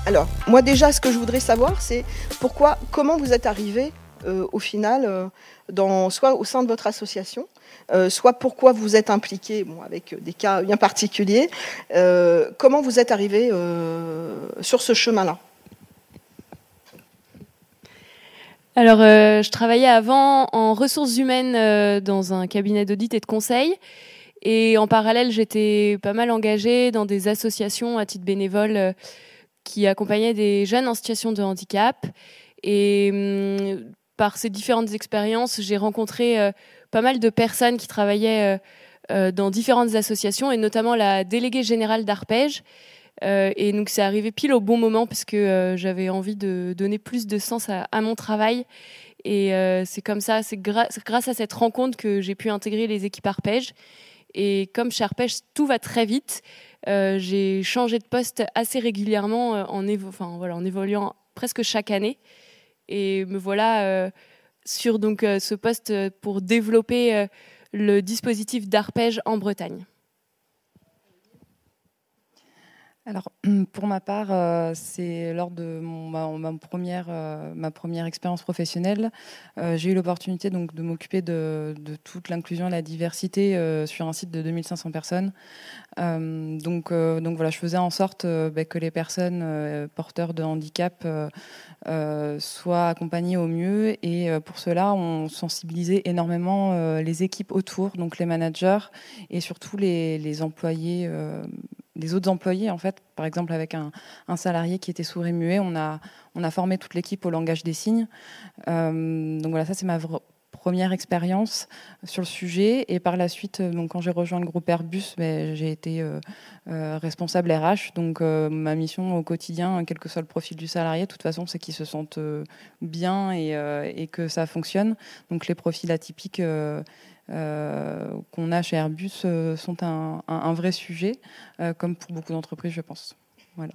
Alors, moi déjà, ce que je voudrais savoir, c'est comment vous êtes arrivé au final, soit au sein de votre association, soit pourquoi vous êtes impliqué, bon, avec des cas bien particuliers. Comment vous êtes arrivé sur ce chemin-là? Alors, je travaillais avant en ressources humaines dans un cabinet d'audit et de conseil. Et en parallèle, j'étais pas mal engagée dans des associations à titre bénévole qui accompagnaient des jeunes en situation de handicap. Et par ces différentes expériences, j'ai rencontré pas mal de personnes qui travaillaient dans différentes associations, et notamment la déléguée générale d'Arpège. Et donc c'est arrivé pile au bon moment parce que j'avais envie de donner plus de sens à mon travail. Et c'est comme ça, c'est grâce à cette rencontre que j'ai pu intégrer les équipes Arpège. Et comme chez Arpège, tout va très vite, j'ai changé de poste assez régulièrement en évoluant presque chaque année. Et me voilà sur ce poste pour développer le dispositif d'Arpège en Bretagne. Alors, pour ma part, c'est lors de ma première expérience professionnelle, j'ai eu l'opportunité donc de m'occuper de toute l'inclusion et la diversité sur un site de 2500 personnes. Donc voilà, je faisais en sorte que les personnes porteurs de handicap soient accompagnées au mieux. Et pour cela, on sensibilisait énormément les équipes autour, donc les managers et surtout les employés. Les autres employés, en fait, par exemple avec un salarié qui était sourd et muet, on a formé toute l'équipe au langage des signes. Donc voilà, ça c'est ma première expérience sur le sujet. Et par la suite, donc, quand j'ai rejoint le groupe Airbus, j'ai été responsable RH. Donc ma mission au quotidien, quel que soit le profil du salarié, de toute façon, c'est qu'ils se sentent bien et que ça fonctionne. Donc les profils atypiques qu'on a chez Airbus sont un vrai sujet, comme pour beaucoup d'entreprises, je pense. Voilà.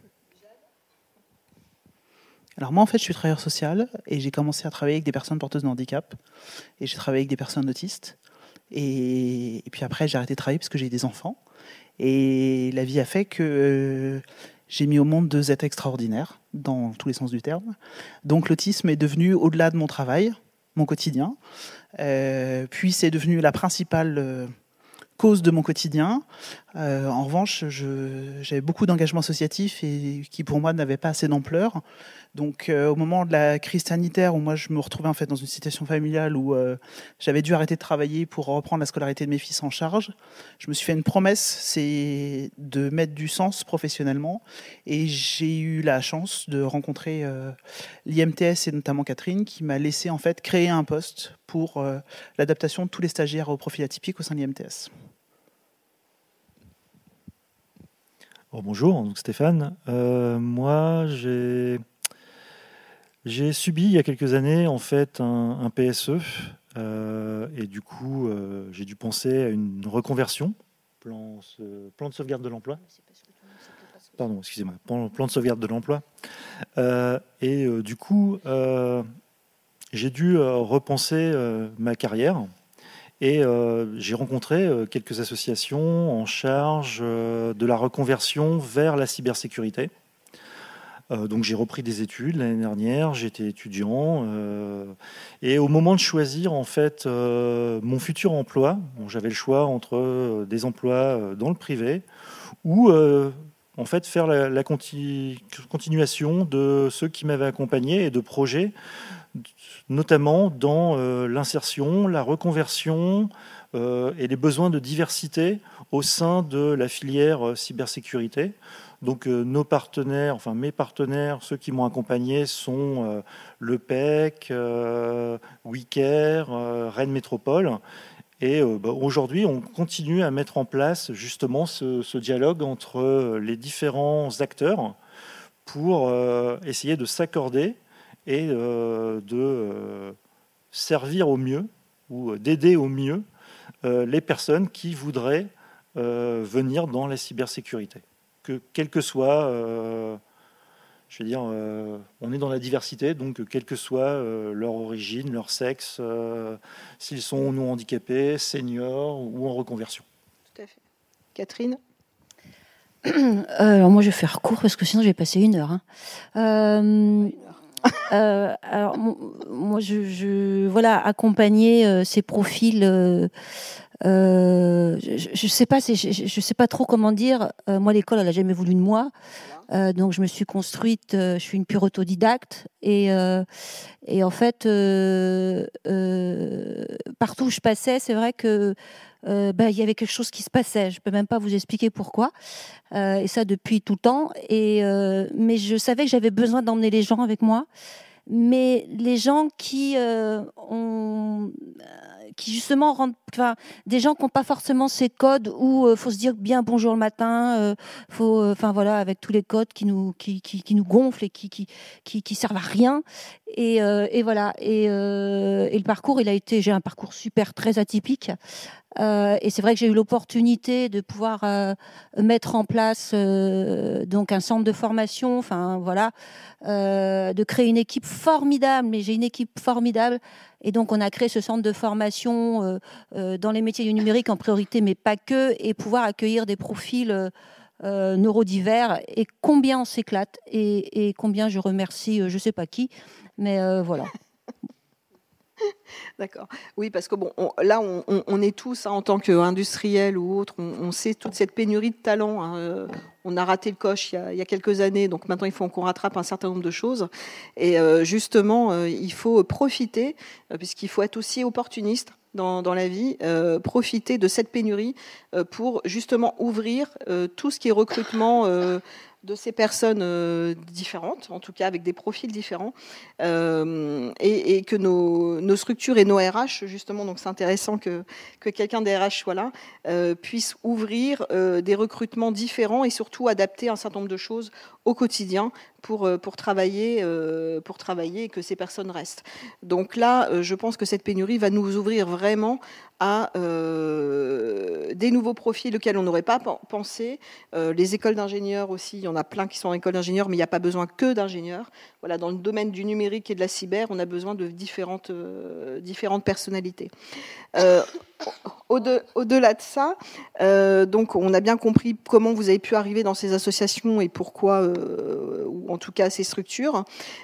Alors moi, en fait, je suis travailleur social et j'ai commencé à travailler avec des personnes porteuses de handicap. Et j'ai travaillé avec des personnes autistes. Et puis après, j'ai arrêté de travailler parce que j'ai eu des enfants. Et la vie a fait que j'ai mis au monde 2 êtres extraordinaires, dans tous les sens du terme. Donc l'autisme est devenu, au-delà de mon travail, mon quotidien. Puis c'est devenu la principale cause de mon quotidien. En revanche, j'avais beaucoup d'engagement associatif et qui pour moi n'avait pas assez d'ampleur. Donc au moment de la crise sanitaire où moi je me retrouvais en fait dans une situation familiale où j'avais dû arrêter de travailler pour reprendre la scolarité de mes fils en charge, je me suis fait une promesse, c'est de mettre du sens professionnellement. Et j'ai eu la chance de rencontrer l'IMTS et notamment Catherine qui m'a laissé en fait créer un poste pour l'adaptation de tous les stagiaires au profil atypique au sein de l'IMTS. Oh, bonjour, donc Stéphane. Moi, j'ai subi il y a quelques années en fait un PSE et du coup j'ai dû penser à une reconversion, plan de sauvegarde de l'emploi. Pardon, excusez-moi, plan de sauvegarde de l'emploi. Du coup j'ai dû repenser ma carrière. Et j'ai rencontré quelques associations en charge de la reconversion vers la cybersécurité. Donc j'ai repris des études l'année dernière, j'étais étudiant. Et au moment de choisir en fait mon futur emploi, j'avais le choix entre des emplois dans le privé ou en fait faire la continuation de ceux qui m'avaient accompagné et de projets notamment dans l'insertion, la reconversion et les besoins de diversité au sein de la filière cybersécurité. Donc nos partenaires, enfin mes partenaires, ceux qui m'ont accompagné sont le PEC, WeCare, Rennes Métropole. Et aujourd'hui, on continue à mettre en place justement ce dialogue entre les différents acteurs pour essayer de s'accorder et de servir au mieux ou d'aider au mieux les personnes qui voudraient venir dans la cybersécurité. Quel que soit, je veux dire, on est dans la diversité, donc quelle que soit leur origine, leur sexe, s'ils sont ou non handicapés, seniors ou en reconversion. Tout à fait. Catherine ? Alors moi je vais faire court parce que sinon je vais passer 1 heure. Alors moi voilà, accompagner ces profils. Je sais pas, je sais pas trop comment dire. Moi l'école elle a jamais voulu de moi. Donc je me suis construite, je suis une pure autodidacte et en fait partout où je passais, c'est vrai que il y avait quelque chose qui se passait. Je peux même pas vous expliquer pourquoi. Et ça depuis tout le temps. Mais je savais que j'avais besoin d'emmener les gens avec moi. Mais les gens qui justement rendent, enfin, des gens qui n'ont pas forcément ces codes où faut se dire bien bonjour le matin, enfin voilà, avec tous les codes qui nous gonflent et qui servent à rien. Et voilà. Et le parcours, j'ai un parcours super très atypique. Et c'est vrai que j'ai eu l'opportunité de pouvoir mettre en place donc un centre de formation, enfin voilà, de créer une équipe formidable. Mais j'ai une équipe formidable, et donc on a créé ce centre de formation dans les métiers du numérique en priorité, mais pas que, et pouvoir accueillir des profils neurodivers. Et combien on s'éclate, et combien je remercie, je sais pas qui, mais voilà. D'accord. Oui, parce que bon, là, on est tous, en tant qu'industriels ou autres, on sait toute cette pénurie de talents. On a raté le coche il y a quelques années, donc maintenant il faut qu'on rattrape un certain nombre de choses. Et justement, il faut profiter, puisqu'il faut être aussi opportuniste dans la vie, profiter de cette pénurie pour justement ouvrir tout ce qui est recrutement de ces personnes différentes, en tout cas avec des profils différents, et que nos structures et nos RH, justement, donc c'est intéressant que quelqu'un des RH soit là, puisse ouvrir des recrutements différents et surtout adapter un certain nombre de choses au quotidien pour travailler et que ces personnes restent. Donc là, je pense que cette pénurie va nous ouvrir vraiment à des nouveaux profils auxquels on n'aurait pas pensé. Les écoles d'ingénieurs aussi, il y en a plein qui sont en école d'ingénieurs, mais il n'y a pas besoin que d'ingénieurs. Voilà, dans le domaine du numérique et de la cyber, on a besoin de différentes personnalités. Au-delà de ça, donc on a bien compris comment vous avez pu arriver dans ces associations et pourquoi, ou en tout cas ces structures.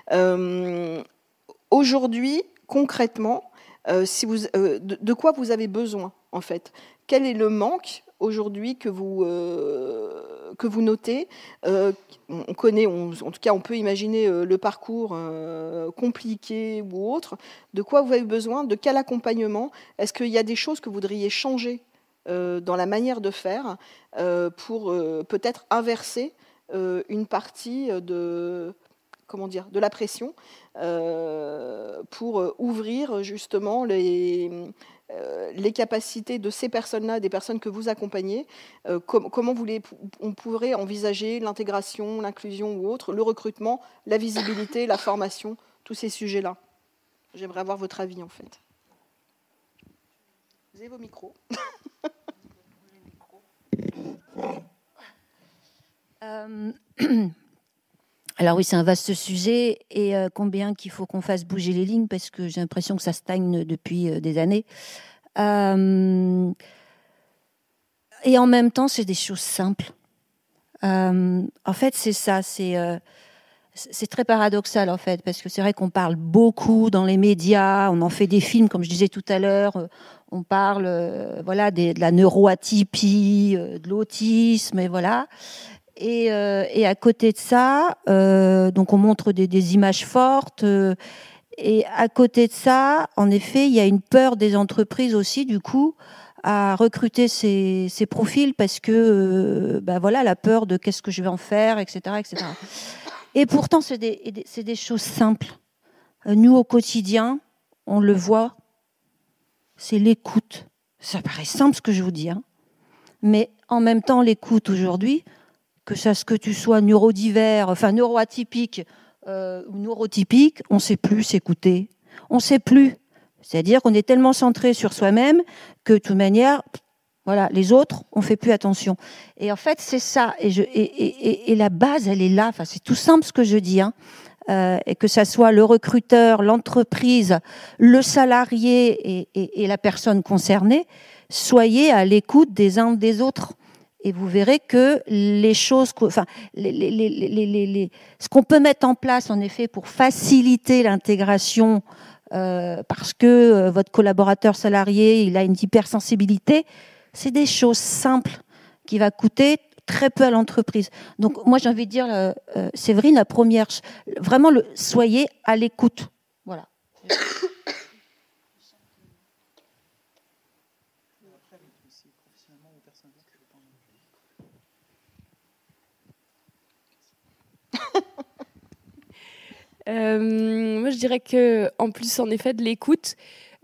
Aujourd'hui, concrètement, de quoi vous avez besoin en fait? Quel est le manque aujourd'hui que vous notez? On connaît, en tout cas, on peut imaginer le parcours compliqué ou autre. De quoi vous avez besoin? De quel accompagnement? Est-ce qu'il y a des choses que vous voudriez changer dans la manière de faire pour peut-être inverser une partie de la pression pour ouvrir justement les capacités de ces personnes-là, des personnes que vous accompagnez, comment on pourrait envisager l'intégration, l'inclusion ou autre, le recrutement, la visibilité, la formation, tous ces sujets-là. J'aimerais avoir votre avis en fait. Vous avez vos micros. Alors oui, c'est un vaste sujet, et combien qu'il faut qu'on fasse bouger les lignes, parce que j'ai l'impression que ça stagne depuis des années. Et en même temps, c'est des choses simples. En fait, c'est ça, c'est très paradoxal en fait, parce que c'est vrai qu'on parle beaucoup dans les médias, on en fait des films, comme je disais tout à l'heure, on parle voilà, de la neuroatypie, de l'autisme, et voilà. Et à côté de ça, donc on montre des images fortes. Et à côté de ça, en effet, il y a une peur des entreprises aussi, du coup, à recruter ces profils, parce que voilà, la peur de qu'est-ce que je vais en faire, etc., etc. Et pourtant, c'est des choses simples. Nous, au quotidien, on le voit, c'est l'écoute. Ça paraît simple ce que je vous dis, hein. Mais en même temps, l'écoute aujourd'hui, que tu sois neurodivers, enfin neuroatypique ou neurotypique, on ne sait plus s'écouter. On ne sait plus. C'est-à-dire qu'on est tellement centré sur soi-même que de toute manière, voilà, les autres, on ne fait plus attention. Et en fait, c'est ça. Et la base, elle est là. Enfin, c'est tout simple ce que je dis, hein. Et que ça soit le recruteur, l'entreprise, le salarié et la personne concernée, soyez à l'écoute des uns des autres. Et vous verrez que les choses, enfin, ce qu'on peut mettre en place, en effet, pour faciliter l'intégration, parce que votre collaborateur salarié, il a une hypersensibilité, c'est des choses simples qui va coûter très peu à l'entreprise. Donc, moi, j'ai envie de dire, Séverine, la première, vraiment, soyez à l'écoute. Voilà. Moi, je dirais que, en plus, en effet, de l'écoute,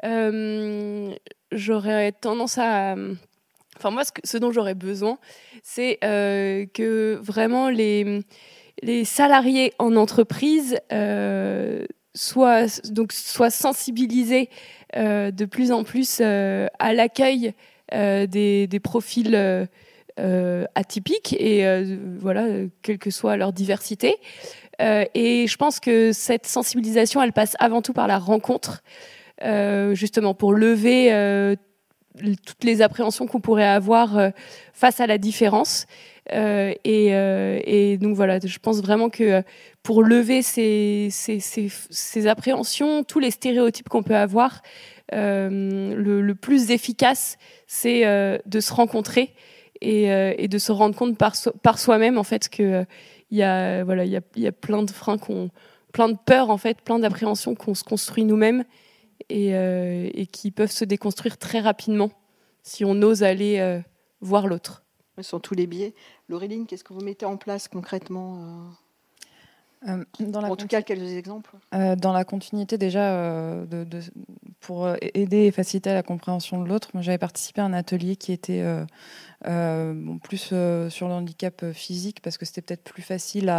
j'aurais tendance à... Enfin, moi, ce dont j'aurais besoin, c'est que vraiment les salariés en entreprise soient sensibilisés de plus en plus à l'accueil des profils atypiques et voilà, quelle que soit leur diversité. Et je pense que cette sensibilisation, elle passe avant tout par la rencontre, justement pour lever toutes les appréhensions qu'on pourrait avoir face à la différence. Et donc voilà, je pense vraiment que pour lever ces appréhensions, tous les stéréotypes qu'on peut avoir, le plus efficace, c'est de se rencontrer et de se rendre compte par soi-même en fait que il y a plein de freins, plein de peurs en fait, plein d'appréhensions qu'on se construit nous-mêmes et qui peuvent se déconstruire très rapidement si on ose aller voir l'autre. Sur tous les biais. Laureline, qu'est-ce que vous mettez en place concrètement en tout cas, quelques exemples. Dans la continuité déjà, pour aider et faciliter la compréhension de l'autre, moi, j'avais participé à un atelier qui était plus sur le handicap physique, parce que c'était peut-être plus facile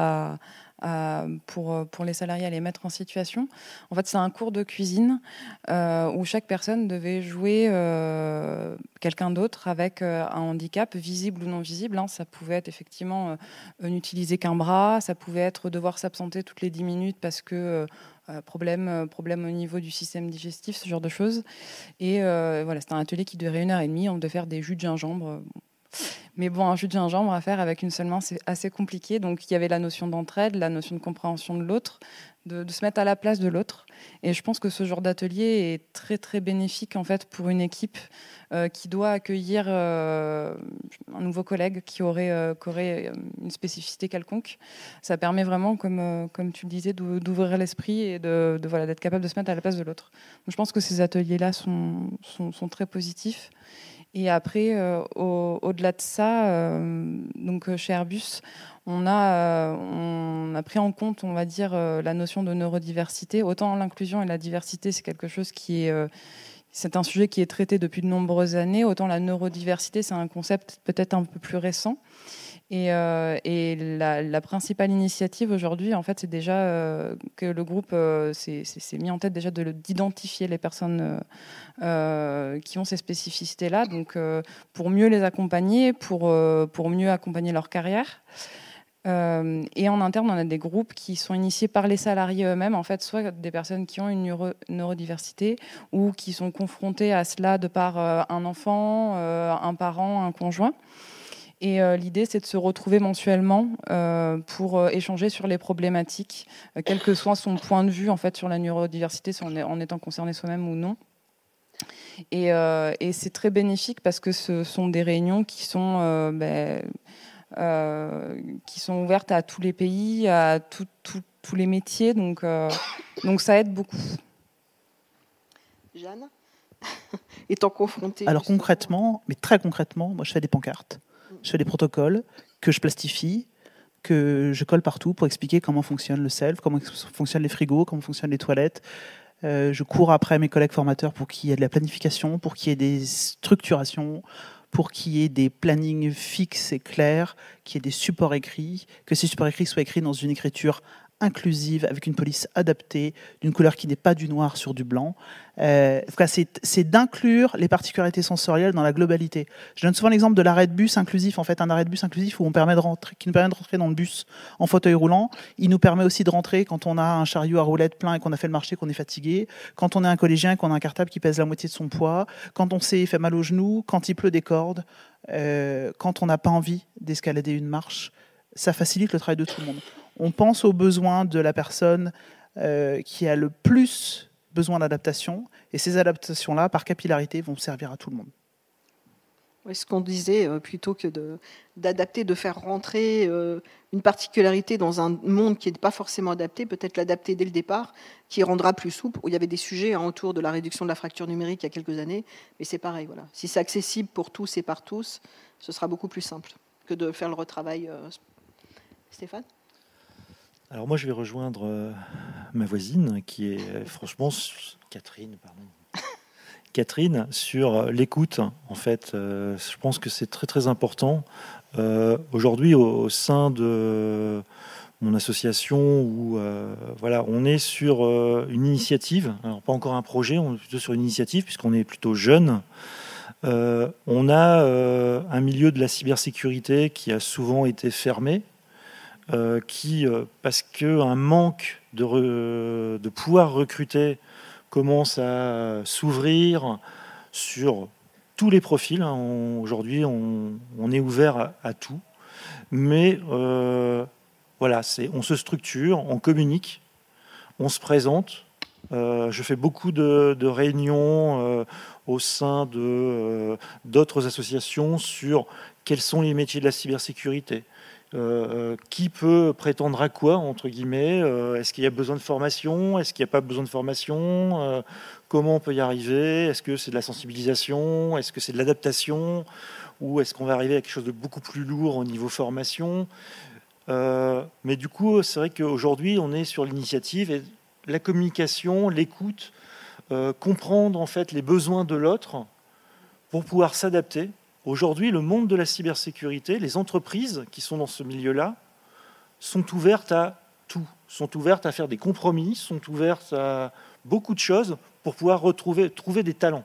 pour les salariés à les mettre en situation. En fait, c'est un cours de cuisine où chaque personne devait jouer quelqu'un d'autre avec un handicap, visible ou non visible. Ça pouvait être effectivement n'utiliser qu'un bras, ça pouvait être devoir s'absenter toutes les 10 minutes parce que problème au niveau du système digestif, ce genre de choses. Et voilà, c'était un atelier qui durait 1h30, on devait faire des jus de gingembre. Mais bon, un jus de gingembre à faire avec une seule main, c'est assez compliqué. Donc, il y avait la notion d'entraide, la notion de compréhension de l'autre, de se mettre à la place de l'autre. Et je pense que ce genre d'atelier est très, très bénéfique, en fait, pour une équipe qui doit accueillir un nouveau collègue qui aurait une spécificité quelconque. Ça permet vraiment, comme tu le disais, d'ouvrir l'esprit et d'être capable de se mettre à la place de l'autre. Donc, je pense que ces ateliers-là sont très positifs. Et après, au-delà de ça, donc chez Airbus, on a pris en compte, on va dire, la notion de neurodiversité. Autant l'inclusion et la diversité, c'est quelque chose c'est un sujet qui est traité depuis de nombreuses années. Autant la neurodiversité, c'est un concept peut-être un peu plus récent. Et la principale initiative aujourd'hui, en fait, c'est déjà que le groupe s'est mis en tête déjà d'identifier les personnes qui ont ces spécificités-là, donc pour mieux les accompagner, pour mieux accompagner leur carrière. Et en interne, on a des groupes qui sont initiés par les salariés eux-mêmes, en fait, soit des personnes qui ont une neurodiversité ou qui sont confrontées à cela de par un enfant, un parent, un conjoint. Et l'idée, c'est de se retrouver mensuellement pour échanger sur les problématiques, quel que soit son point de vue en fait, sur la neurodiversité, en étant concerné soi-même ou non. Et c'est très bénéfique parce que ce sont des réunions qui sont ouvertes à tous les pays, à tous les métiers. Donc ça aide beaucoup. Jeanne, étant confrontée... Alors concrètement, mais très concrètement, moi je fais des pancartes. Je fais des protocoles que je plastifie, que je colle partout pour expliquer comment fonctionne le self, comment fonctionnent les frigos, comment fonctionnent les toilettes. Je cours après mes collègues formateurs pour qu'il y ait de la planification, pour qu'il y ait des structurations, pour qu'il y ait des plannings fixes et clairs, qu'il y ait des supports écrits, que ces supports écrits soient écrits dans une écriture inclusive, avec une police adaptée, d'une couleur qui n'est pas du noir sur du blanc. C'est d'inclure les particularités sensorielles dans la globalité. Je donne souvent l'exemple de l'arrêt de bus inclusif. En fait, un arrêt de bus inclusif où qui nous permet de rentrer dans le bus en fauteuil roulant. Il nous permet aussi de rentrer quand on a un chariot à roulettes plein et qu'on a fait le marché, qu'on est fatigué, quand on est un collégien et qu'on a un cartable qui pèse la moitié de son poids, quand on s'est fait mal aux genoux, quand il pleut des cordes, quand on n'a pas envie d'escalader une marche. Ça facilite le travail de tout le monde. On pense aux besoins de la personne qui a le plus besoin d'adaptation, et ces adaptations-là, par capillarité, vont servir à tout le monde. Oui, ce qu'on disait, plutôt que d'adapter, de faire rentrer une particularité dans un monde qui n'est pas forcément adapté, peut-être l'adapter dès le départ, qui rendra plus souple. Il y avait des sujets autour de la réduction de la fracture numérique il y a quelques années, mais c'est pareil. Voilà. Si c'est accessible pour tous et par tous, ce sera beaucoup plus simple que de faire le retravail. Stéphane ? Alors moi, je vais rejoindre ma voisine, qui est franchement Catherine, sur l'écoute. En fait, je pense que c'est très très important. Aujourd'hui, au sein de mon association, où voilà, on est sur une initiative. Alors pas encore un projet, on est plutôt sur une initiative puisqu'on est plutôt jeune. On a un milieu de la cybersécurité qui a souvent été fermé. Parce qu'un manque de pouvoir recruter commence à s'ouvrir sur tous les profils. Aujourd'hui, on est ouvert à tout. Mais voilà, on se structure, on communique, on se présente. Je fais beaucoup de réunions au sein d'autres associations sur quels sont les métiers de la cybersécurité. Qui peut prétendre à quoi, entre guillemets, est-ce qu'il y a besoin de formation, est-ce qu'il n'y a pas besoin de formation, comment on peut y arriver, est-ce que c'est de la sensibilisation, est-ce que c'est de l'adaptation, ou est-ce qu'on va arriver à quelque chose de beaucoup plus lourd au niveau formation. Mais du coup, c'est vrai qu'aujourd'hui, on est sur l'initiative et la communication, l'écoute, comprendre en fait les besoins de l'autre pour pouvoir s'adapter. Aujourd'hui, le monde de la cybersécurité, les entreprises qui sont dans ce milieu-là sont ouvertes à tout, sont ouvertes à faire des compromis, sont ouvertes à beaucoup de choses pour pouvoir trouver des talents.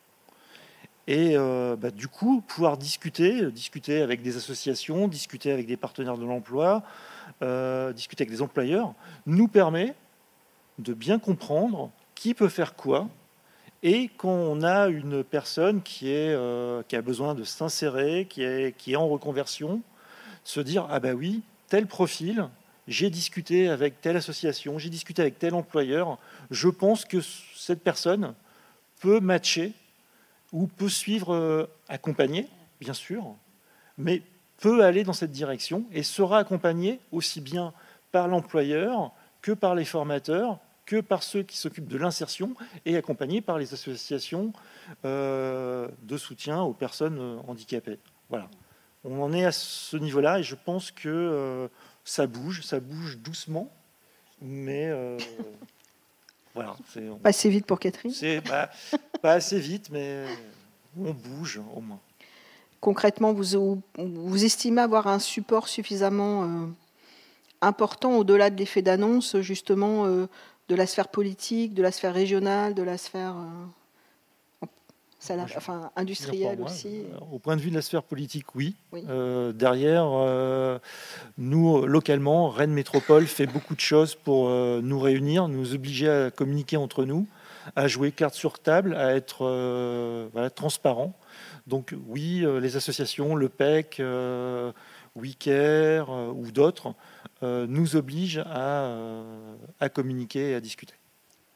Et du coup, pouvoir discuter avec des associations, discuter avec des partenaires de l'emploi, discuter avec des employeurs, nous permet de bien comprendre qui peut faire quoi. Et quand on a une personne qui a besoin de s'insérer, qui est en reconversion, se dire « Ah ben oui, tel profil, j'ai discuté avec telle association, j'ai discuté avec tel employeur, je pense que cette personne peut matcher ou peut suivre, accompagner, bien sûr, mais peut aller dans cette direction et sera accompagné aussi bien par l'employeur que par les formateurs, que par ceux qui s'occupent de l'insertion et accompagnés par les associations de soutien aux personnes handicapées. Voilà. On en est à ce niveau-là et je pense que ça bouge doucement, mais voilà. Pas assez vite pour Catherine. C'est pas assez vite, mais on bouge au moins. Concrètement, vous estimez avoir un support suffisamment important au-delà de l'effet d'annonce, justement, de la sphère politique, de la sphère régionale, de la sphère industrielle aussi. Au point de vue de la sphère politique, oui. Derrière, nous, localement, Rennes Métropole fait beaucoup de choses pour nous réunir, nous obliger à communiquer entre nous, à jouer carte sur table, à être transparent. Donc oui, les associations, le PEC, WeCare ou d'autres, nous oblige à communiquer et à discuter. Catherine ?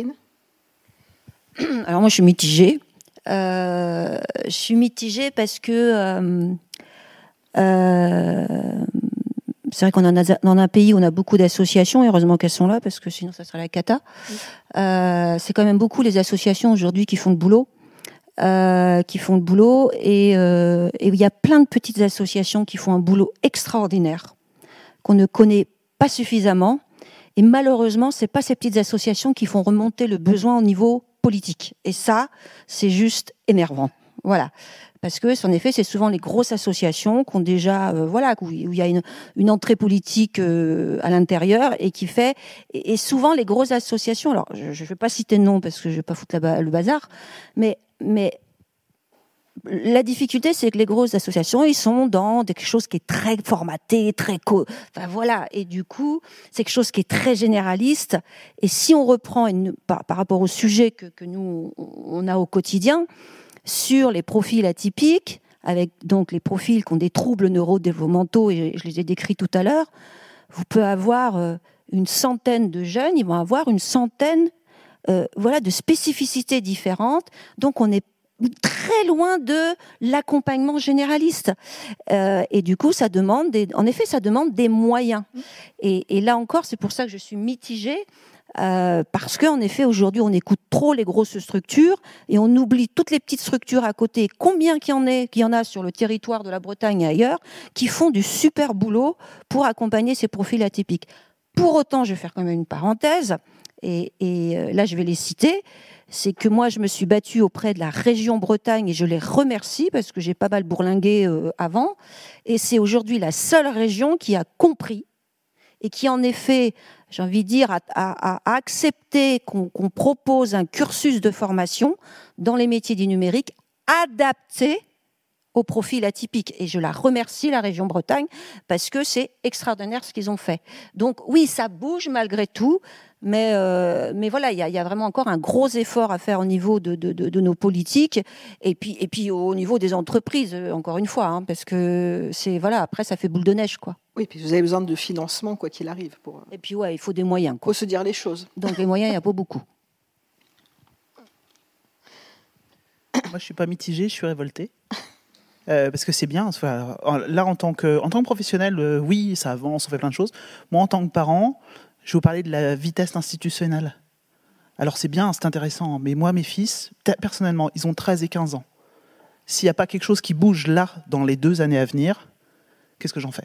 Alors moi, je suis mitigée. Je suis mitigée parce que c'est vrai qu'on en a dans un pays où on a beaucoup d'associations, et heureusement qu'elles sont là, parce que sinon ça serait la cata. C'est quand même beaucoup les associations aujourd'hui qui font le boulot. Et il y a plein de petites associations qui font un boulot extraordinaire qu'on ne connaît pas suffisamment, et malheureusement c'est pas ces petites associations qui font remonter le besoin au niveau politique, et ça c'est juste énervant. Voilà, Parce que, en effet, c'est souvent les grosses associations qui ont déjà, où il y a une entrée politique à l'intérieur et qui fait. Et souvent, les grosses associations. Alors, je ne vais pas citer de nom parce que je ne vais pas foutre le bazar, mais la difficulté, c'est que les grosses associations, ils sont dans quelque chose qui est très formaté, et du coup, c'est quelque chose qui est très généraliste. Et si on reprend par rapport au sujet que nous on a au quotidien sur les profils atypiques, avec donc les profils qui ont des troubles neurodéveloppementaux, et je les ai décrits tout à l'heure, vous pouvez avoir une centaine de jeunes, ils vont avoir une centaine, de spécificités différentes. Donc on est très loin de l'accompagnement généraliste. Et du coup, ça demande des moyens. Et là encore, c'est pour ça que je suis mitigée, parce qu'en effet, aujourd'hui, on écoute trop les grosses structures et on oublie toutes les petites structures à côté. Combien qu'il y en a sur le territoire de la Bretagne et ailleurs qui font du super boulot pour accompagner ces profils atypiques. Pour autant, je vais faire quand même une parenthèse, et là, je vais les citer. C'est que moi, je me suis battue auprès de la région Bretagne et je les remercie parce que j'ai pas mal bourlingué avant. Et c'est aujourd'hui la seule région qui a compris et qui, en effet, j'ai envie de dire, a accepté qu'on propose un cursus de formation dans les métiers du numérique adapté au profil atypique. Et je la remercie, la région Bretagne, parce que c'est extraordinaire ce qu'ils ont fait. Donc oui, ça bouge malgré tout, mais voilà, il y a vraiment encore un gros effort à faire au niveau de nos politiques, et puis au niveau des entreprises, encore une fois, parce que après ça fait boule de neige, quoi. Oui, puis vous avez besoin de financement, quoi qu'il arrive. Et puis il faut des moyens, quoi. Il faut se dire les choses. Donc les moyens, il n'y a pas beaucoup. Moi, je suis pas mitigée, je suis révoltée. Parce que c'est bien. Là, en tant que professionnel, oui, ça avance, on fait plein de choses. Moi, en tant que parent, je vais vous parler de la vitesse institutionnelle. Alors, c'est bien, c'est intéressant. Mais moi, mes fils, personnellement, ils ont 13 et 15 ans. S'il n'y a pas quelque chose qui bouge là, dans les 2 années à venir, qu'est-ce que j'en fais ?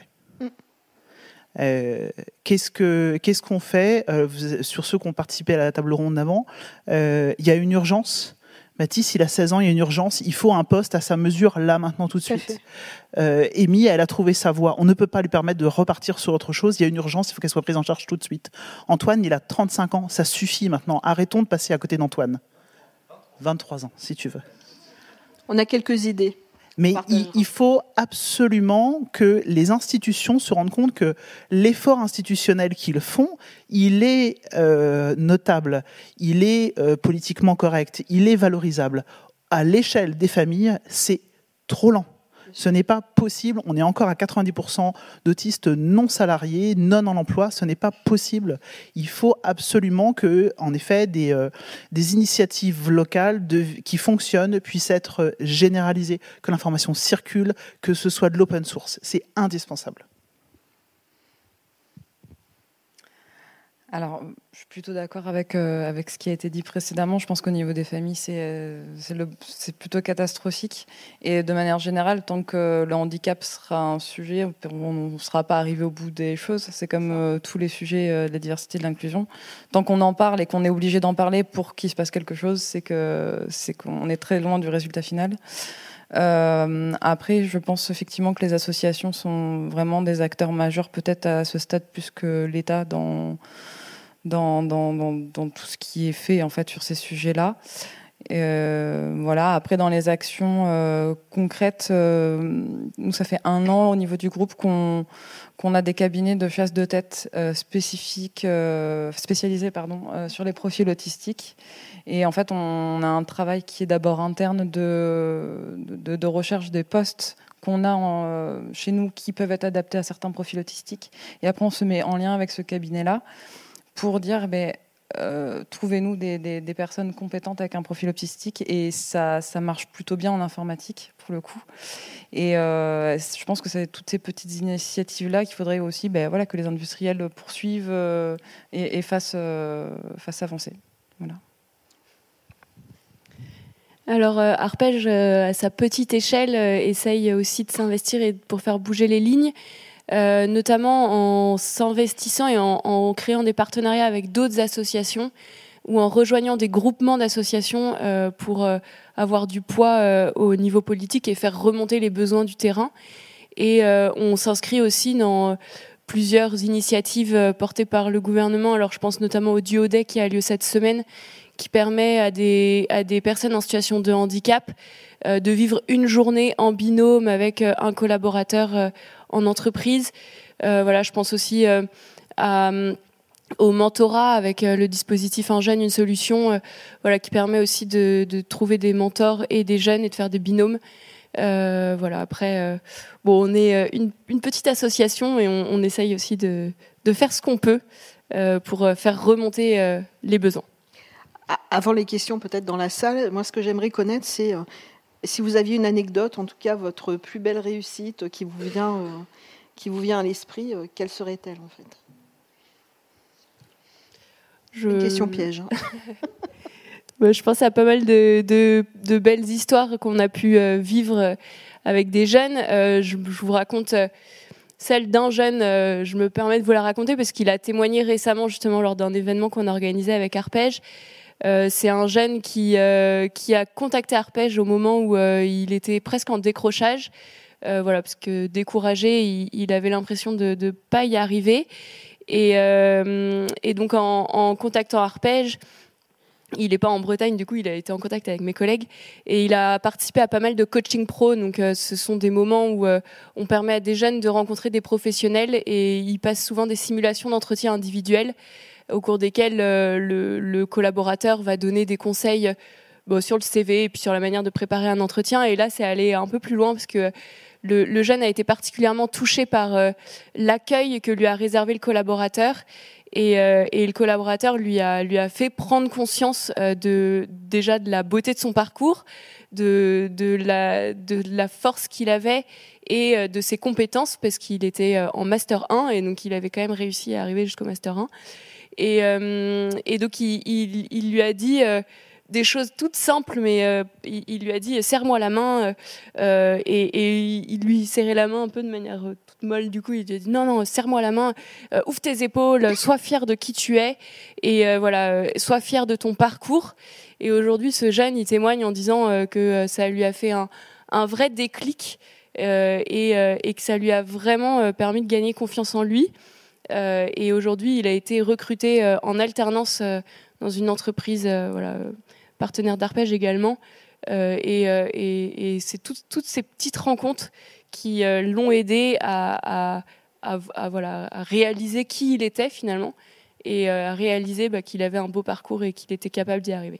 Qu'est-ce qu'on fait sur ceux qui ont participé à la table ronde d'avant, il y a une urgence. Mathis, il a 16 ans, il y a une urgence, il faut un poste à sa mesure, là, maintenant, tout de suite. Amy, elle a trouvé sa voie. On ne peut pas lui permettre de repartir sur autre chose. Il y a une urgence, il faut qu'elle soit prise en charge tout de suite. Antoine, il a 35 ans, ça suffit maintenant. Arrêtons de passer à côté d'Antoine. 23 ans, si tu veux. On a quelques idées. Mais il faut absolument que les institutions se rendent compte que l'effort institutionnel qu'ils font, il est notable, il est politiquement correct, il est valorisable. À l'échelle des familles, c'est trop lent. Ce n'est pas possible. On est encore à 90% d'autistes non salariés, non en emploi. Ce n'est pas possible. Il faut absolument que, en effet, des initiatives locales qui fonctionnent puissent être généralisées, que l'information circule, que ce soit de l'open source. C'est indispensable. Alors, je suis plutôt d'accord avec ce qui a été dit précédemment. Je pense qu'au niveau des familles, c'est plutôt catastrophique. Et de manière générale, tant que le handicap sera un sujet, on ne sera pas arrivé au bout des choses. C'est comme tous les sujets de la diversité et de l'inclusion. Tant qu'on en parle et qu'on est obligé d'en parler pour qu'il se passe quelque chose, c'est qu'on est très loin du résultat final. Après, je pense effectivement que les associations sont vraiment des acteurs majeurs, peut-être à ce stade plus que l'État dans tout ce qui est fait en fait sur ces sujets-là. Voilà. Après, dans les actions concrètes, nous, ça fait 1 an au niveau du groupe qu'on a des cabinets de chasse de tête spécialisés sur les profils autistiques. Et en fait, on a un travail qui est d'abord interne de recherche des postes qu'on a chez nous qui peuvent être adaptés à certains profils autistiques. Et après, on se met en lien avec ce cabinet-là pour dire trouvez-nous des personnes compétentes avec un profil autistique. Et ça marche plutôt bien en informatique, pour le coup. Et je pense que c'est toutes ces petites initiatives-là qu'il faudrait aussi que les industriels poursuivent et fassent avancer. Voilà. Alors, Arpège, à sa petite échelle, essaye aussi de s'investir pour faire bouger les lignes. Notamment en s'investissant et en créant des partenariats avec d'autres associations ou en rejoignant des groupements d'associations pour avoir du poids au niveau politique et faire remonter les besoins du terrain. Et on s'inscrit aussi dans plusieurs initiatives portées par le gouvernement. Alors je pense notamment au Duo Day qui a lieu cette semaine, qui permet à des personnes en situation de handicap de vivre une journée en binôme avec un collaborateur en entreprise. Voilà, je pense aussi au mentorat avec le dispositif Un jeune, une solution, voilà, qui permet aussi de trouver des mentors et des jeunes et de faire des binômes. Voilà, après, bon, on est une petite association et on essaye aussi de faire ce qu'on peut pour faire remonter les besoins. Avant les questions peut-être dans la salle, moi ce que j'aimerais connaître, c'est si vous aviez une anecdote, en tout cas votre plus belle réussite qui vous vient à l'esprit, quelle serait-elle en fait? Une question piège. Hein. Je pense à pas mal de belles histoires qu'on a pu vivre avec des jeunes. Je vous raconte celle d'un jeune, je me permets de vous la raconter parce qu'il a témoigné récemment justement lors d'un événement qu'on organisait avec Arpège. C'est un jeune qui a contacté Arpège au moment où il était presque en décrochage, voilà, parce que découragé, il avait l'impression de ne pas y arriver. Et donc en contactant Arpège, il n'est pas en Bretagne, du coup il a été en contact avec mes collègues et il a participé à pas mal de coaching pro. Donc ce sont des moments où on permet à des jeunes de rencontrer des professionnels et ils passent souvent des simulations d'entretien individuels au cours desquels le collaborateur va donner des conseils sur le CV et puis sur la manière de préparer un entretien. Et là, c'est aller un peu plus loin parce que le jeune a été particulièrement touché par l'accueil que lui a réservé le collaborateur. Et le collaborateur lui a fait prendre conscience déjà de la beauté de son parcours, de la force qu'il avait et de ses compétences, parce qu'il était en Master 1 et donc il avait quand même réussi à arriver jusqu'au Master 1. Et donc il lui a dit des choses toutes simples, mais il lui a dit serre-moi la main et il lui serrait la main un peu de manière toute molle. Du coup il lui a dit non serre-moi la main, ouvre tes épaules, sois fier de qui tu es et voilà, sois fier de ton parcours. Et aujourd'hui ce jeune il témoigne en disant que ça lui a fait un vrai déclic et que ça lui a vraiment permis de gagner confiance en lui. Et aujourd'hui, il a été recruté en alternance dans une entreprise, voilà, partenaire d'Arpège également. Et c'est toutes ces petites rencontres qui l'ont aidé à réaliser qui il était finalement et à réaliser qu'il avait un beau parcours et qu'il était capable d'y arriver.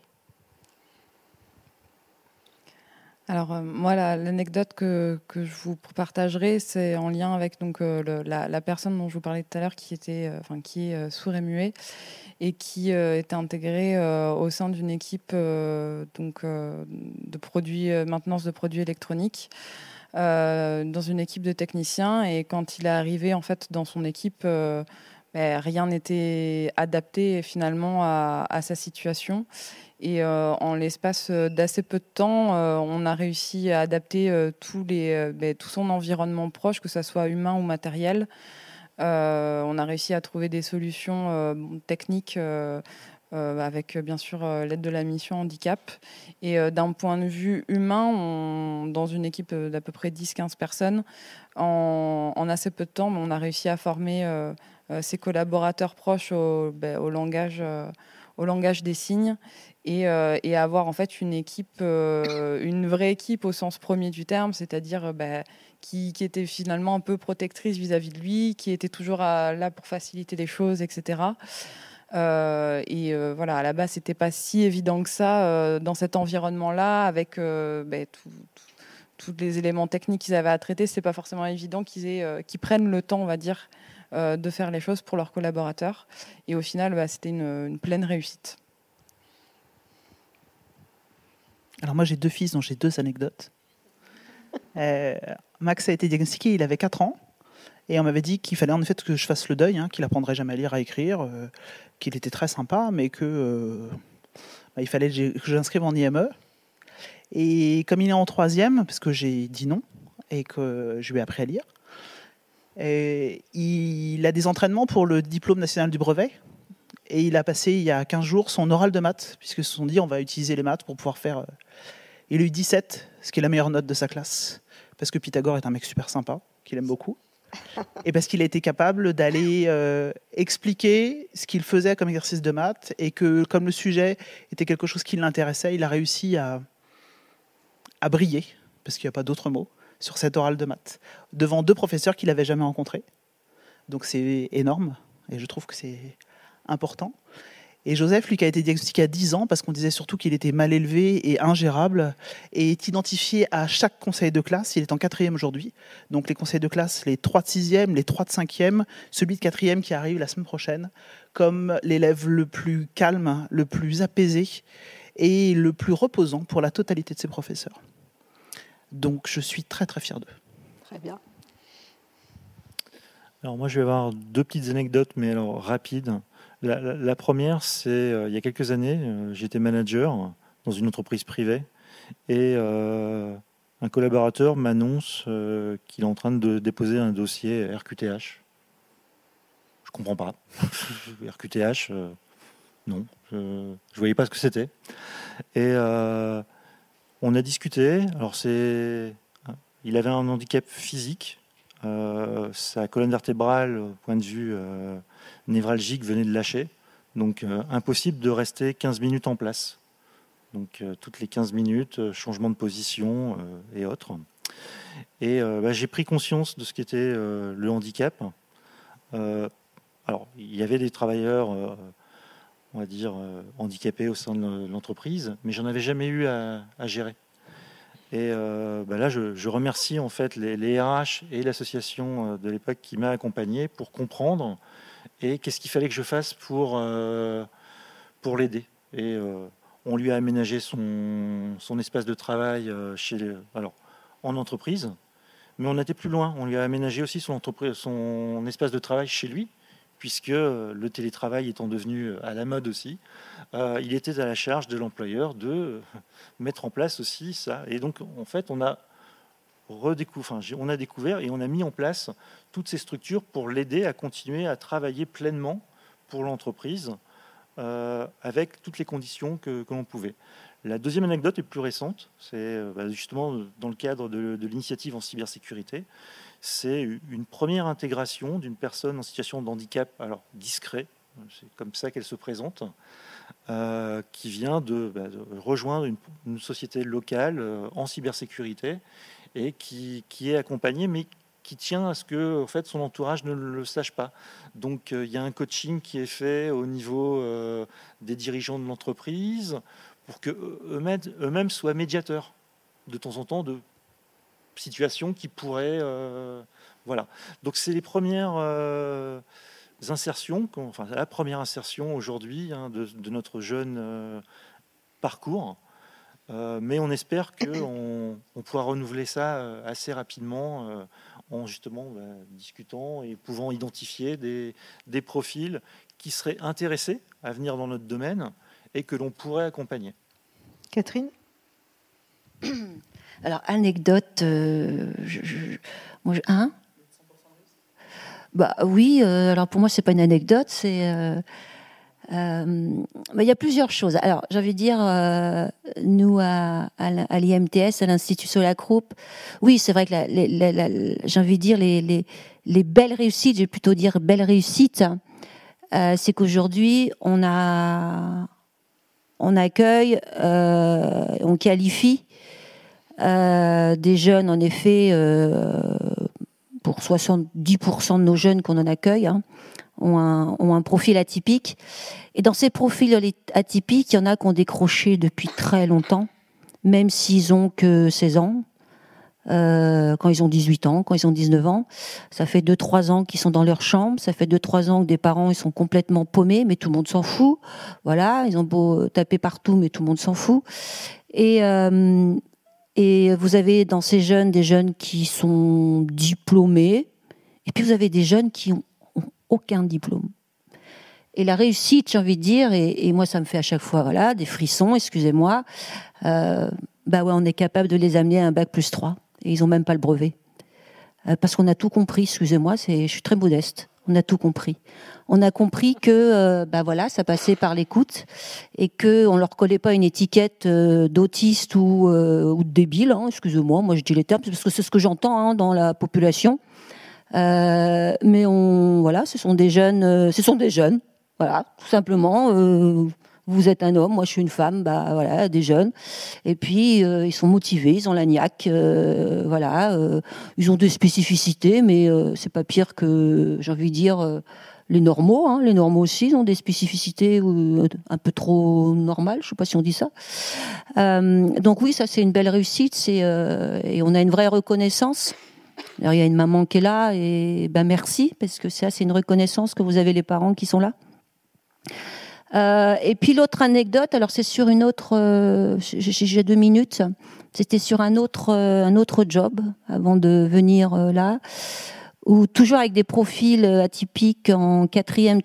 Alors moi, l'anecdote que je vous partagerai, c'est en lien avec donc la personne dont je vous parlais tout à l'heure, qui est sourd et muet et qui était intégrée au sein d'une équipe de maintenance de produits électroniques, dans une équipe de techniciens. Et quand il est arrivé en fait dans son équipe, rien n'était adapté finalement à sa situation. Et en l'espace d'assez peu de temps, on a réussi à adapter tout son environnement proche, que ce soit humain ou matériel. On a réussi à trouver des solutions techniques avec bien sûr l'aide de la mission handicap. Et d'un point de vue humain, dans une équipe d'à peu près 10-15 personnes, en assez peu de temps, on a réussi à former ses collaborateurs proches au langage des signes et avoir en fait une équipe, une vraie équipe au sens premier du terme, c'est-à-dire qui était finalement un peu protectrice vis-à-vis de lui, qui était toujours là pour faciliter les choses, etc. Voilà, à la base, c'était pas si évident que ça dans cet environnement-là, avec tous les éléments techniques qu'ils avaient à traiter. C'est pas forcément évident qu'ils prennent le temps, on va dire, de faire les choses pour leurs collaborateurs. Et au final, c'était une pleine réussite. Alors moi, j'ai 2 fils, donc j'ai 2 anecdotes. Max a été diagnostiqué, il avait 4 ans. Et on m'avait dit qu'il fallait en effet que je fasse le deuil, qu'il apprendrait jamais à lire, à écrire, qu'il était très sympa, mais que il fallait que j'inscrive en IME. Et comme il est en 3e, parce que j'ai dit non, et que je lui ai appris à lire, et il a des entraînements pour le diplôme national du brevet. Et il a passé, il y a 15 jours, son oral de maths, puisqu'ils se sont dit, on va utiliser les maths pour pouvoir faire... Il a eu 17, ce qui est la meilleure note de sa classe, parce que Pythagore est un mec super sympa, qu'il aime beaucoup, et parce qu'il a été capable d'aller expliquer ce qu'il faisait comme exercice de maths, et que comme le sujet était quelque chose qui l'intéressait, il a réussi à briller, parce qu'il n'y a pas d'autre mot, sur cet oral de maths, devant 2 professeurs qu'il n'avait jamais rencontrés. Donc c'est énorme, et je trouve que c'est important. Et Joseph, lui, qui a été diagnostiqué à 10 ans, parce qu'on disait surtout qu'il était mal élevé et ingérable, est identifié à chaque conseil de classe. Il est en 4e aujourd'hui. Donc les conseils de classe, les 3 de 6e, les 3 de 5e, celui de 4e qui arrive la semaine prochaine, comme l'élève le plus calme, le plus apaisé et le plus reposant pour la totalité de ses professeurs. Donc je suis très très fier d'eux. Très bien. Alors moi je vais avoir 2 petites anecdotes, mais alors rapides. La première, c'est il y a quelques années, j'étais manager dans une entreprise privée et un collaborateur m'annonce qu'il est en train de déposer un dossier RQTH. Je comprends pas. RQTH, non, je voyais pas ce que c'était. Et on a discuté. Alors il avait un handicap physique. Sa colonne vertébrale, au point de vue névralgique, venait de lâcher. Donc, impossible de rester 15 minutes en place. Donc, toutes les 15 minutes, changement de position et autres. Et j'ai pris conscience de ce qu'était le handicap. Alors, il y avait des travailleurs, on va dire, handicapés au sein de l'entreprise, mais j'en avais jamais eu à gérer. Et là, je remercie en fait les RH et l'association de l'époque qui m'a accompagné pour comprendre et qu'est-ce qu'il fallait que je fasse pour l'aider. Et on lui a aménagé son espace de travail en entreprise, mais on était plus loin. On lui a aménagé aussi son espace de travail chez lui, puisque le télétravail étant devenu à la mode aussi, il était à la charge de l'employeur de mettre en place aussi ça. Et donc, en fait, on a découvert et on a mis en place toutes ces structures pour l'aider à continuer à travailler pleinement pour l'entreprise avec toutes les conditions que l'on pouvait. La deuxième anecdote est plus récente, c'est justement dans le cadre de l'initiative en cybersécurité. C'est une première intégration d'une personne en situation de handicap, alors discret, c'est comme ça qu'elle se présente, qui vient de rejoindre une société locale en cybersécurité et qui est accompagnée, mais qui tient à ce que en fait, son entourage ne le sache pas. Donc il y a un coaching qui est fait au niveau des dirigeants de l'entreprise pour qu'eux-mêmes soient médiateurs de temps en temps de situations qui pourraient... voilà. Donc c'est les premières insertions, la première insertion aujourd'hui de notre jeune parcours. Mais on espère qu'on pourra renouveler ça assez rapidement en justement discutant et pouvant identifier des profils qui seraient intéressés à venir dans notre domaine et que l'on pourrait accompagner. Catherine ? Alors, anecdote, oui, alors pour moi, c'est pas une anecdote, c'est... il y a plusieurs choses. Alors, j'ai envie de dire, nous, à l'IMTS, à l'Institut Solacroupe, oui, c'est vrai que j'ai envie de dire les belles réussites, je vais plutôt dire belles réussites, c'est qu'aujourd'hui, on accueille, on qualifie des jeunes, en effet, pour 70% de nos jeunes qu'on en accueille, ont un profil atypique. Et dans ces profils atypiques, il y en a qui ont décroché depuis très longtemps, même s'ils ont que 16 ans, quand ils ont 18 ans, quand ils ont 19 ans. Ça fait 2-3 ans qu'ils sont dans leur chambre, ça fait 2-3 ans que des parents ils sont complètement paumés, mais tout le monde s'en fout. Voilà, ils ont beau taper partout, mais tout le monde s'en fout. Et vous avez dans ces jeunes des jeunes qui sont diplômés, et puis vous avez des jeunes qui ont aucun diplôme. Et la réussite, j'ai envie de dire, et moi ça me fait à chaque fois des frissons, excusez-moi, on est capable de les amener à un bac+3, et ils n'ont même pas le brevet. Parce qu'on a tout compris, excusez-moi, je suis très modeste. On a tout compris. On a compris que voilà, ça passait par l'écoute et que on leur collait pas une étiquette d'autiste ou de débile. Hein, excusez-moi, moi je dis les termes parce que c'est ce que j'entends dans la population. Mais voilà, ce sont des jeunes. Voilà, tout simplement. Vous êtes un homme, moi je suis une femme, voilà, des jeunes. Et puis ils sont motivés, ils ont la niaque, voilà. Ils ont des spécificités, mais c'est pas pire que, j'ai envie de dire, les normaux. Hein. Les normaux aussi ils ont des spécificités un peu trop normales, je sais pas si on dit ça. Donc oui, ça c'est une belle réussite, et on a une vraie reconnaissance. Alors, il y a une maman qui est là, et merci, parce que ça c'est une reconnaissance que vous avez les parents qui sont là. Et puis l'autre anecdote, alors c'est sur une autre, j'ai 2 minutes, c'était sur un autre job avant de venir là, où toujours avec des profils atypiques en 4e,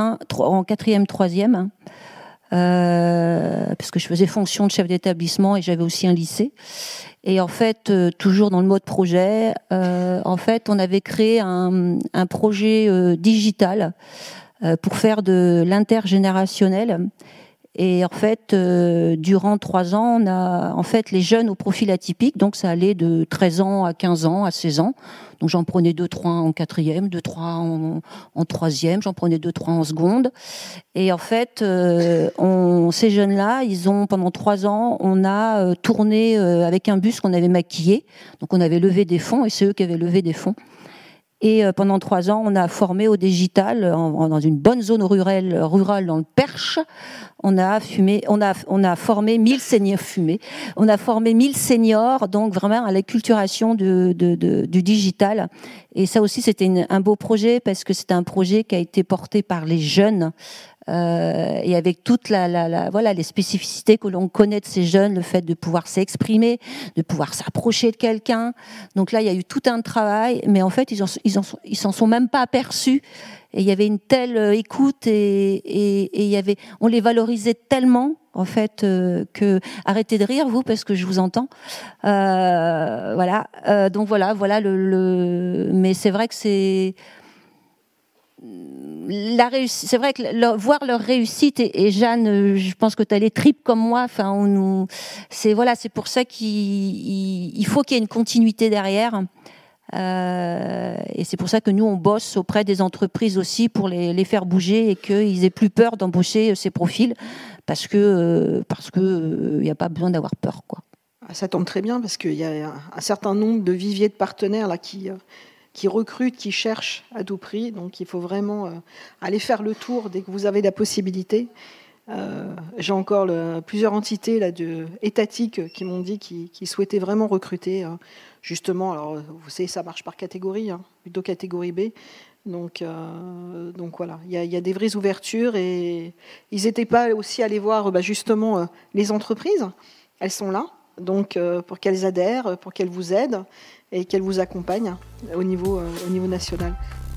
3e, parce que je faisais fonction de chef d'établissement et j'avais aussi un lycée. Et en fait, toujours dans le mode projet, en fait, on avait créé un projet digital pour faire de l'intergénérationnel. Et en fait, durant 3 ans, on a en fait les jeunes au profil atypique, donc ça allait de 13 ans à 15 ans, à 16 ans. Donc j'en prenais 2-3 en 4e, 2-3 en 3e, j'en prenais 2-3 en seconde. Et en fait, ces jeunes-là, ils ont pendant 3 ans, on a tourné avec un bus qu'on avait maquillé. Donc on avait levé des fonds, et c'est eux qui avaient levé des fonds. Et pendant 3 ans, on a formé au digital dans une bonne zone rurale dans le Perche. On a formé 1000 seniors On a formé 1000 seniors, donc vraiment à l'acculturation du digital. Et ça aussi, c'était un beau projet parce que c'était un projet qui a été porté par les jeunes. Et avec toute voilà, les spécificités que l'on connaît de ces jeunes, le fait de pouvoir s'exprimer, de pouvoir s'approcher de quelqu'un. Donc là, il y a eu tout un travail, mais en fait, ils s'en sont même pas aperçus. Et il y avait une telle écoute et on les valorisait tellement, en fait, que arrêtez de rire vous parce que je vous entends. Voilà. Donc voilà. Mais c'est vrai que c'est c'est vrai que voir leur réussite et Jeanne, je pense que tu as les tripes comme moi. Enfin, c'est pour ça qu'il faut qu'il y ait une continuité derrière. Et c'est pour ça que nous on bosse auprès des entreprises aussi pour les faire bouger et qu'ils aient plus peur d'embaucher ces profils parce que il n'y a pas besoin d'avoir peur, quoi. Ça tombe très bien parce qu'il y a un certain nombre de viviers de partenaires là qui recrutent, qui cherchent à tout prix. Donc il faut vraiment aller faire le tour dès que vous avez la possibilité. J'ai encore plusieurs entités là, étatiques qui m'ont dit qu'ils souhaitaient vraiment recruter. Justement, alors vous savez, ça marche par catégorie, plutôt catégorie B. Donc voilà, il y a des vraies ouvertures et ils n'étaient pas aussi allés voir justement les entreprises. Elles sont là, donc pour qu'elles adhèrent, pour qu'elles vous aident et qu'elles vous accompagnent au niveau national.